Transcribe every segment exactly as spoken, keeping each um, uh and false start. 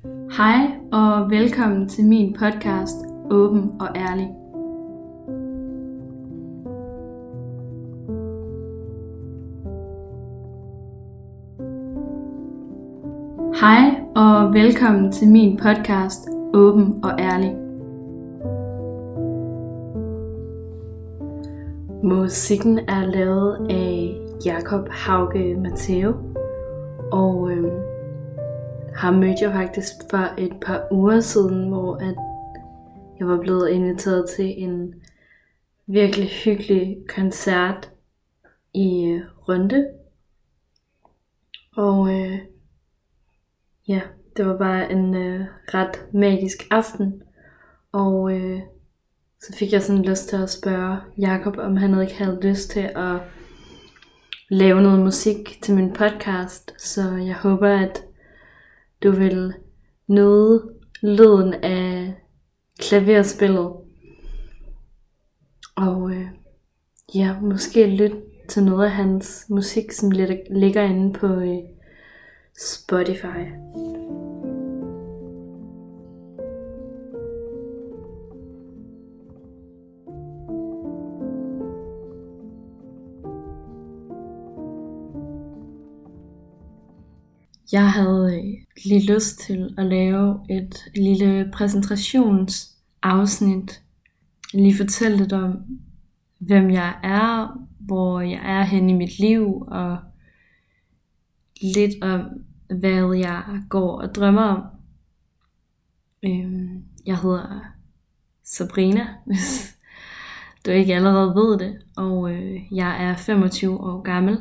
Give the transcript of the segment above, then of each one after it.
Hej og velkommen til min podcast Åben og Ærlig. Hej og velkommen til min podcast Åben og Ærlig. Musikken er lavet af Jakob Hauge Matteo, og øhm, ham mødte jeg faktisk for et par uger siden, hvor at jeg var blevet inviteret til en virkelig hyggelig koncert i Rønde. Og øh, ja, det var bare en øh, ret magisk aften, og øh, så fik jeg sådan lyst til at spørge Jakob, om han ikke havde lyst til at lave noget musik til min podcast. Så jeg håber, at du vil nyde lyden af klaverspillet. Og øh, ja, måske lytte til noget af hans musik, som ligger inde på øh, Spotify. Jeg havde lige lyst til at lave et lille præsentationsafsnit. Lige fortælle lidt om, hvem jeg er, hvor jeg er henne i mit liv, og lidt om, hvad jeg går og drømmer om. Jeg hedder Sabrina, hvis du ikke allerede ved det, og jeg er femogtyve år gammel.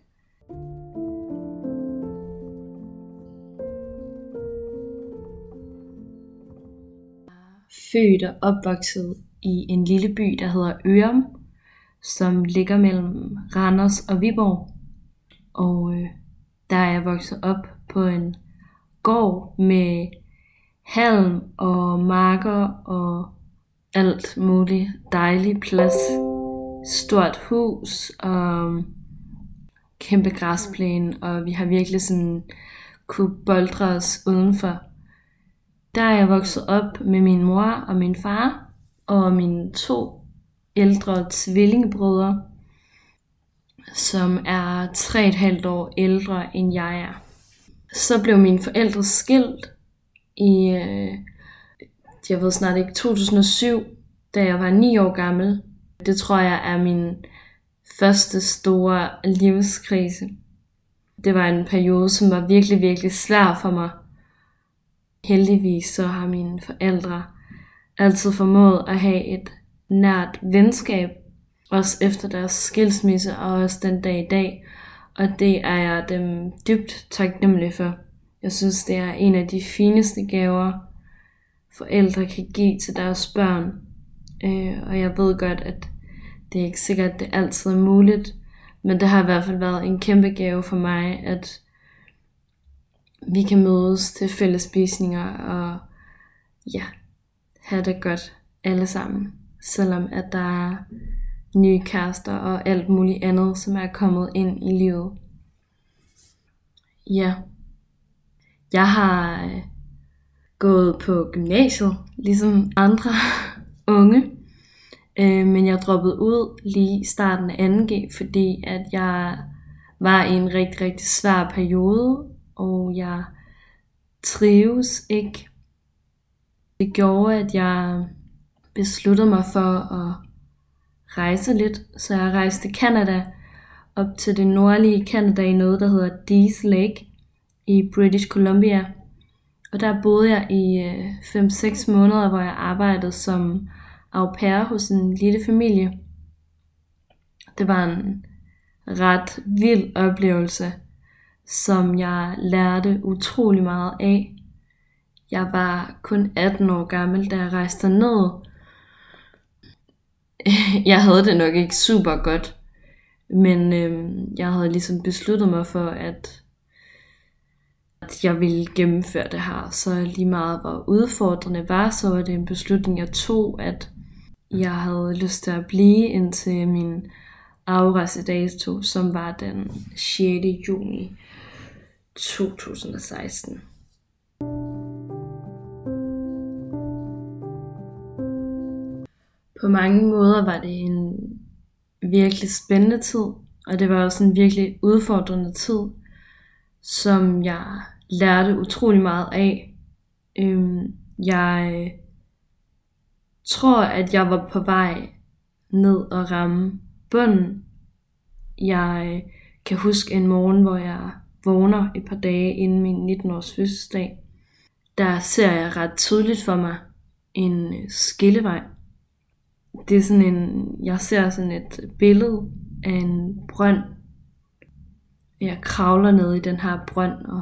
Født og opvokset i en lille by, der hedder Ørum, som ligger mellem Randers og Viborg. Og øh, der er jeg vokset op på en gård med halm og marker og alt muligt dejlig plads. Stort hus og kæmpe græsplæne, og vi har virkelig sådan kunne boldre os udenfor. Der er jeg vokset op med min mor og min far og mine to ældre tvillingebrødre, som er tre og et halvt år ældre end jeg er. Så blev mine forældre skilt i, øh, jeg ved snart ikke, to tusind og syv, da jeg var ni år gammel. Det tror jeg er min første store livskrise. Det var en periode, som var virkelig, virkelig svær for mig. Heldigvis så har mine forældre altid formået at have et nært venskab, også efter deres skilsmisse og også den dag i dag. Og det er jeg dem dybt taknemmelig for. Jeg synes, det er en af de fineste gaver, forældre kan give til deres børn. Og jeg ved godt, at det er ikke sikkert, at det altid er muligt, men det har i hvert fald været en kæmpe gave for mig, at vi kan mødes til fællesspisninger og ja, have det godt alle sammen. Selvom at der er nye kærester og alt muligt andet, som er kommet ind i livet. Ja, jeg har øh, gået på gymnasiet, ligesom andre unge. Øh, men jeg droppede ud lige i starten af anden G, fordi at jeg var i en rigtig, rigtig svær periode, og jeg trives ikke. Det gjorde, at jeg besluttede mig for at rejse lidt, så jeg rejste til Canada, op til det nordlige Canada i noget, der hedder Dease Lake i British Columbia. Og der boede jeg i fem til seks måneder, hvor jeg arbejdede som au pair hos en lille familie. Det var en ret vild oplevelse, som jeg lærte utrolig meget af. Jeg var kun atten år gammel, da jeg rejste ned. Jeg havde det nok ikke super godt, men øhm, jeg havde ligesom besluttet mig for, at, at jeg ville gennemføre det her. Så lige meget hvor udfordrende var, så var det en beslutning, jeg tog, at jeg havde lyst til at blive indtil min afrejsedato, som var den sjette juni to tusind og seksten. På mange måder var det en virkelig spændende tid, og det var også en virkelig udfordrende tid, som jeg lærte utrolig meget af. Øhm, jeg tror, at jeg var på vej ned og ramme bunden. Jeg kan huske en morgen, hvor jeg vågner et par dage inden min nitten års fødselsdag. Der ser jeg ret tydeligt for mig en skillevej. Det er sådan en, jeg ser sådan et billede af en brønd. Jeg kravler ned i den her brønd, og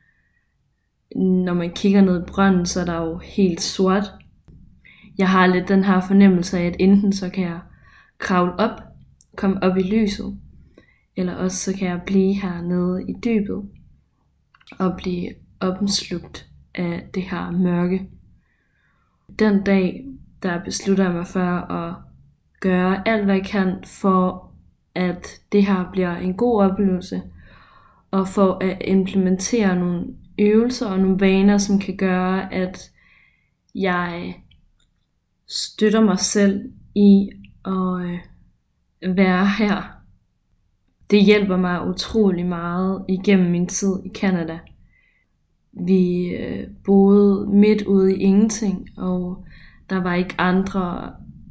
når man kigger ned i brønden, så er der jo helt sort. Jeg har lidt den her fornemmelse af, at enten så kan jeg kravle op, komme op i lyset, eller også så kan jeg blive hernede i dybet og blive opslugt af det her mørke. Den dag, der beslutter jeg mig for at gøre alt, hvad jeg kan for, at det her bliver en god oplevelse, og for at implementere nogle øvelser og nogle vaner, som kan gøre, at jeg støtter mig selv i at være her. Det hjælper mig utrolig meget igennem min tid i Canada. Vi øh, boede midt ude i ingenting, og der var ikke andre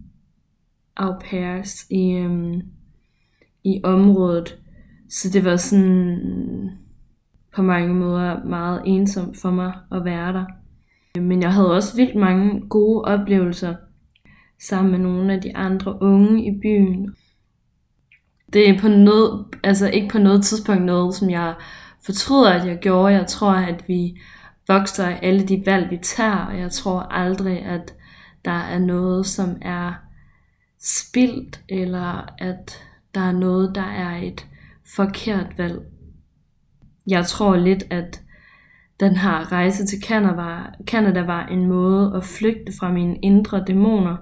au pairs i, øhm, i området. Så det var sådan på mange måder meget ensomt for mig at være der. Men jeg havde også vildt mange gode oplevelser sammen med nogle af de andre unge i byen. Det er på noget, altså ikke på noget tidspunkt noget, som jeg fortryder, at jeg gjorde. Jeg tror, at vi vokser af alle de valg, vi tager, og jeg tror aldrig, at der er noget, som er spildt, eller at der er noget, der er et forkert valg. Jeg tror lidt, at den her rejse til Canada var, Canada var en måde at flygte fra mine indre dæmoner.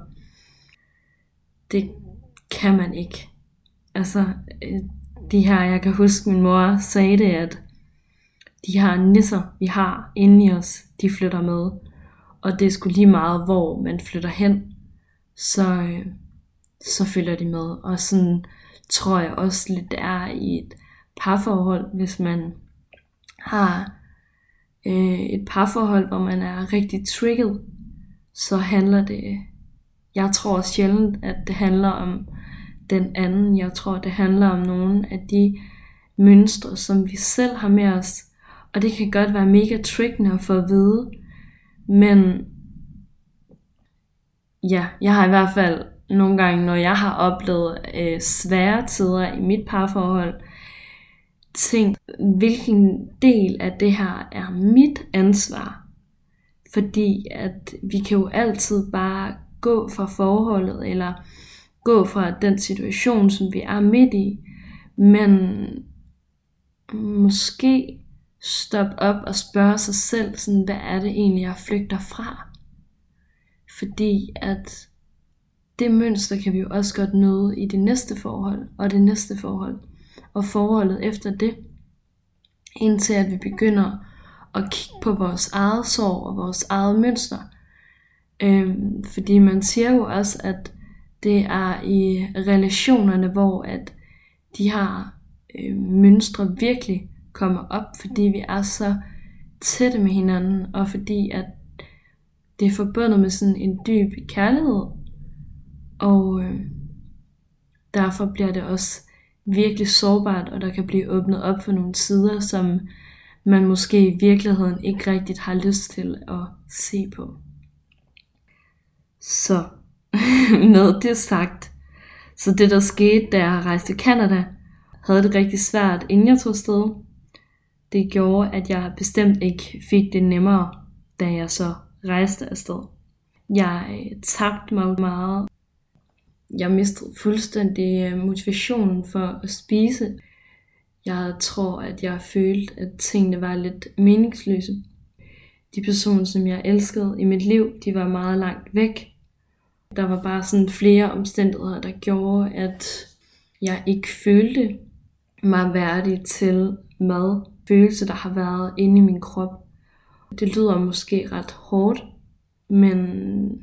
Det kan man ikke. Altså, de her, jeg kan huske, min mor sagde det, at de her nisser, vi har inde i os, de flytter med. Og det er sgu lige meget, hvor man flytter hen, så, så følger de med. Og sådan tror jeg også lidt, det er i et parforhold, hvis man har øh, et parforhold, hvor man er rigtig trigget, så handler det, jeg tror sjældent, at det handler om den anden. Jeg tror, det handler om nogle af de mønstre, som vi selv har med os. Og det kan godt være mega triggende at få at vide. Men ja, jeg har i hvert fald nogle gange, når jeg har oplevet øh, svære tider i mit parforhold, tænkt, hvilken del af det her er mit ansvar. Fordi at vi kan jo altid bare gå fra forholdet, eller gå fra den situation, som vi er midt i, men måske stoppe op og spørge sig selv, sådan, hvad er det egentlig, jeg flygter fra? Fordi at det mønster kan vi jo også godt møde i det næste forhold, og det næste forhold, og forholdet efter det, indtil at vi begynder at kigge på vores eget sorg og vores eget mønster. Øhm, fordi man siger jo også, at det er i relationerne, hvor at de her øh, mønstre virkelig kommer op, fordi vi er så tætte med hinanden, og fordi at det er forbundet med sådan en dyb kærlighed, og øh, derfor bliver det også virkelig sårbart, og der kan blive åbnet op for nogle sider, som man måske i virkeligheden ikke rigtigt har lyst til at se på. Så med det sagt, så det der skete, da jeg rejste til Canada, havde det rigtig svært, inden jeg tog afsted. Det gjorde, at jeg bestemt ikke fik det nemmere, da jeg så rejste afsted. Jeg tabte mig meget. Jeg mistede fuldstændig motivationen for at spise. Jeg tror, at jeg følte, at tingene var lidt meningsløse. De personer, som jeg elskede i mit liv, de var meget langt væk. Der var bare sådan flere omstændigheder, der gjorde, at jeg ikke følte mig værdig til mad. Følelse, der har været inde i min krop. Det lyder måske ret hårdt, men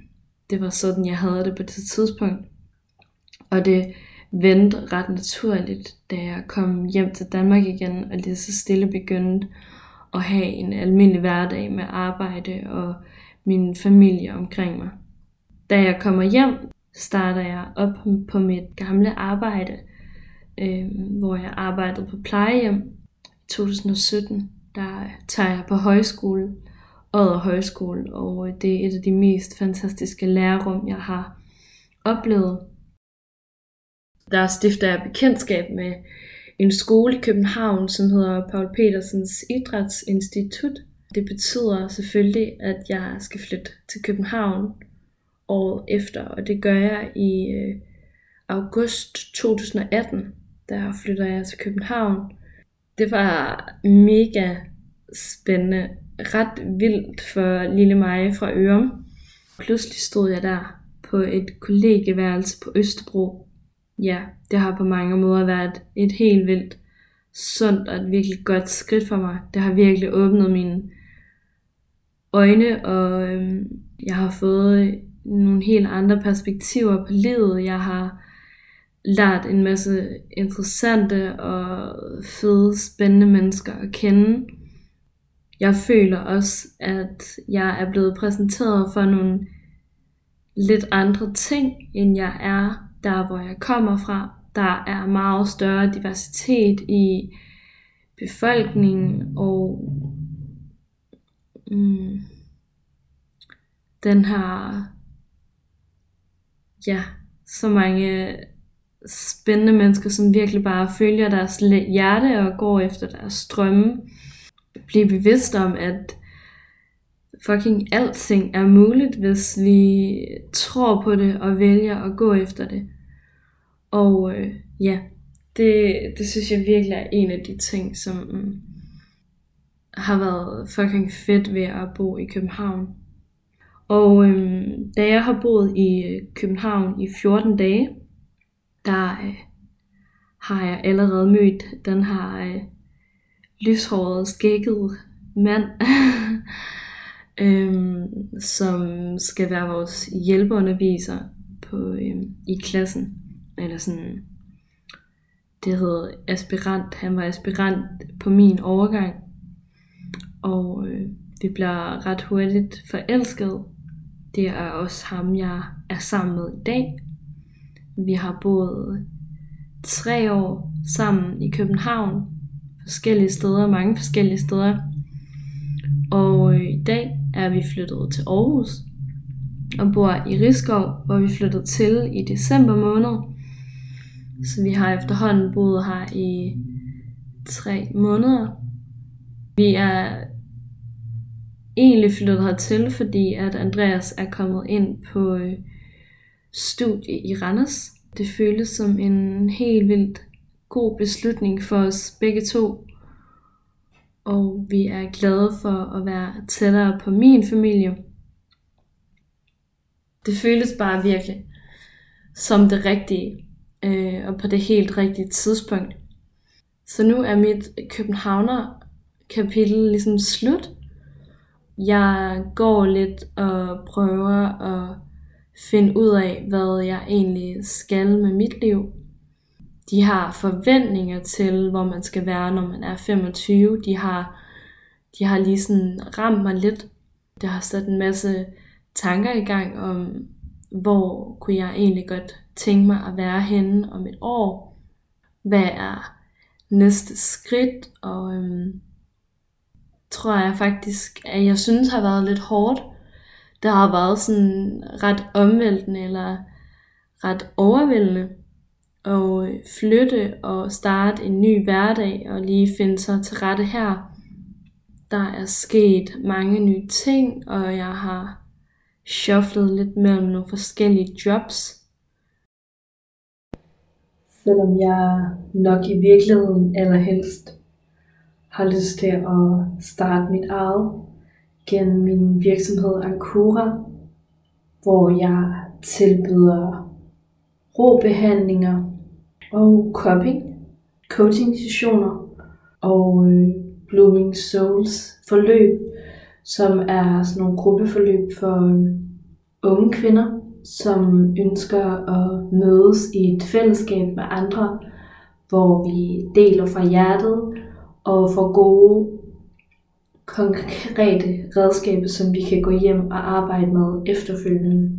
det var sådan, jeg havde det på det tidspunkt. Og det vendte ret naturligt, da jeg kom hjem til Danmark igen, og lige så stille begyndte at have en almindelig hverdag med arbejde og min familie omkring mig. Da jeg kommer hjem, starter jeg op på mit gamle arbejde, øh, hvor jeg arbejdede på plejehjem. I to tusind og sytten, der tager jeg på højskole, Odder Højskole, og det er et af de mest fantastiske lærerum, jeg har oplevet. Der stifter jeg bekendtskab med en skole i København, som hedder Paul Petersens Idrætsinstitut. Det betyder selvfølgelig, at jeg skal flytte til København året efter, og det gør jeg i øh, august to tusind og atten. Der flytter jeg til København. Det var mega spændende, ret vildt for lille mig fra Ørum. Pludselig stod jeg der på et kollegieværelse på Østerbro. Ja, det har på mange måder været et helt vildt sundt og et virkelig godt skridt for mig. Det har virkelig åbnet mine øjne, og øhm, jeg har fået nogle helt andre perspektiver på livet. Jeg har lært en masse interessante og fede, spændende mennesker at kende. Jeg føler også, at jeg er blevet præsenteret for nogle lidt andre ting, end jeg er der, hvor jeg kommer fra. Der er meget større diversitet i befolkningen, og mm, den har ja, så mange spændende mennesker, som virkelig bare følger deres hjerte og går efter deres drømme. Blive bevidst om, at fucking alting er muligt, hvis vi tror på det og vælger at gå efter det. Og øh, ja, det, det synes jeg virkelig er en af de ting, som mm, har været fucking fedt ved at bo i København. Og øh, da jeg har boet i København i fjorten dage, der øh, har jeg allerede mødt den her øh, lyshårede, skæggede mand, øhm, som skal være vores hjælpeunderviser på, øhm, i klassen. Eller sådan, det hedder aspirant. Han var aspirant på min overgang. Og øh, vi bliver ret hurtigt forelsket. Det er også ham, jeg er sammen med i dag. Vi har boet tre år sammen i København. Forskellige steder, mange forskellige steder. Og øh, i dag er vi flyttet til Aarhus og bor i Risskov, hvor vi flyttede til i december måned. Så vi har efterhånden boet her i tre måneder. Vi er egentlig flyttet hertil, fordi at Andreas er kommet ind på øh, studie i Randers. Det føles som en helt vildt god beslutning for os begge to. Og vi er glade for at være tættere på min familie. Det føles bare virkelig som det rigtige, øh, og på det helt rigtige tidspunkt. Så nu er mit Københavner kapitel ligesom slut. Jeg går lidt og prøver at finde ud af, hvad jeg egentlig skal med mit liv. De har forventninger til, hvor man skal være, når man er femogtyve. De har, de har lige sådan ramt mig lidt. Det har sat en masse tanker i gang om, hvor kunne jeg egentlig godt tænke mig at være henne om et år. Hvad er næste skridt? Og øhm, tror jeg faktisk, at jeg synes har været lidt hårdt. Det har været sådan ret omvæltende eller ret overvældende. Og flytte og starte en ny hverdag og lige finde sig til rette her. Der er sket mange nye ting, og jeg har shufflet lidt mellem nogle forskellige jobs. Selvom jeg nok i virkeligheden allerhelst har lyst til at starte mit eget gennem min virksomhed Ancora, hvor jeg tilbyder robehandlinger og cupping, coaching sessioner og øh, Blooming Souls forløb, som er sådan nogle gruppeforløb for øh, unge kvinder, som ønsker at mødes i et fællesskab med andre, hvor vi deler fra hjertet og får gode, konkrete redskaber, som vi kan gå hjem og arbejde med efterfølgende.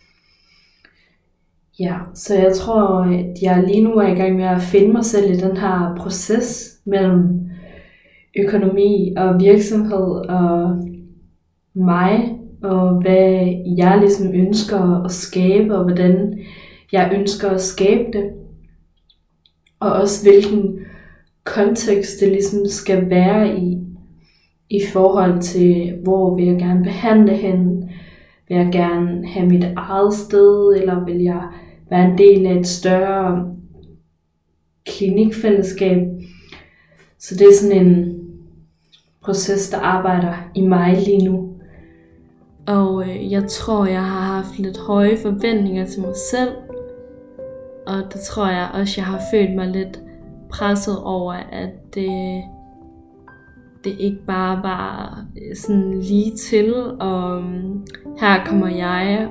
Ja, så jeg tror, at jeg lige nu er i gang med at finde mig selv i den her proces mellem økonomi og virksomhed og mig, og hvad jeg ligesom ønsker at skabe, og hvordan jeg ønsker at skabe det. Og også hvilken kontekst det ligesom skal være i, i forhold til, hvor vil jeg gerne behandle hen. Vil jeg gerne have mit eget sted, eller vil jeg være en del af et større klinikfællesskab. Så det er sådan en proces, der arbejder i mig lige nu. Og øh, jeg tror, jeg har haft lidt høje forventninger til mig selv. Og det tror jeg også, jeg har følt mig lidt presset over, at det, det ikke bare var sådan lige til. Og her kommer jeg.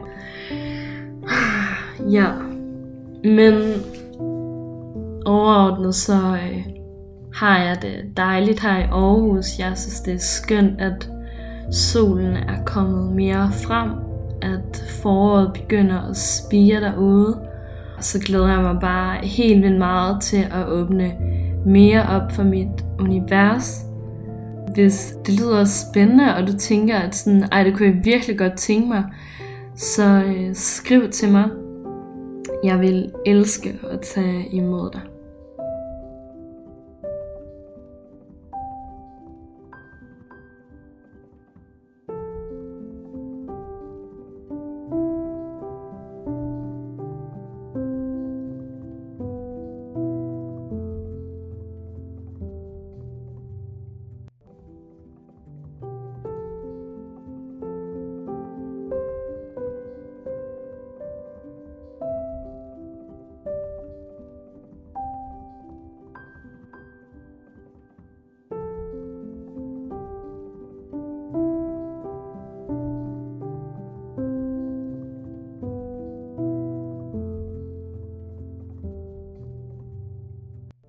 Ja, men overordnet så øh, har jeg det dejligt her i Aarhus. Jeg synes, det er skønt, at solen er kommet mere frem, at foråret begynder at spire derude. Så glæder jeg mig bare helt vildt meget til at åbne mere op for mit univers. Hvis det lyder spændende, og du tænker, at sådan, ej, det kunne jeg virkelig godt tænke mig, så øh, skriv til mig. Jeg vil elske at tage imod dig.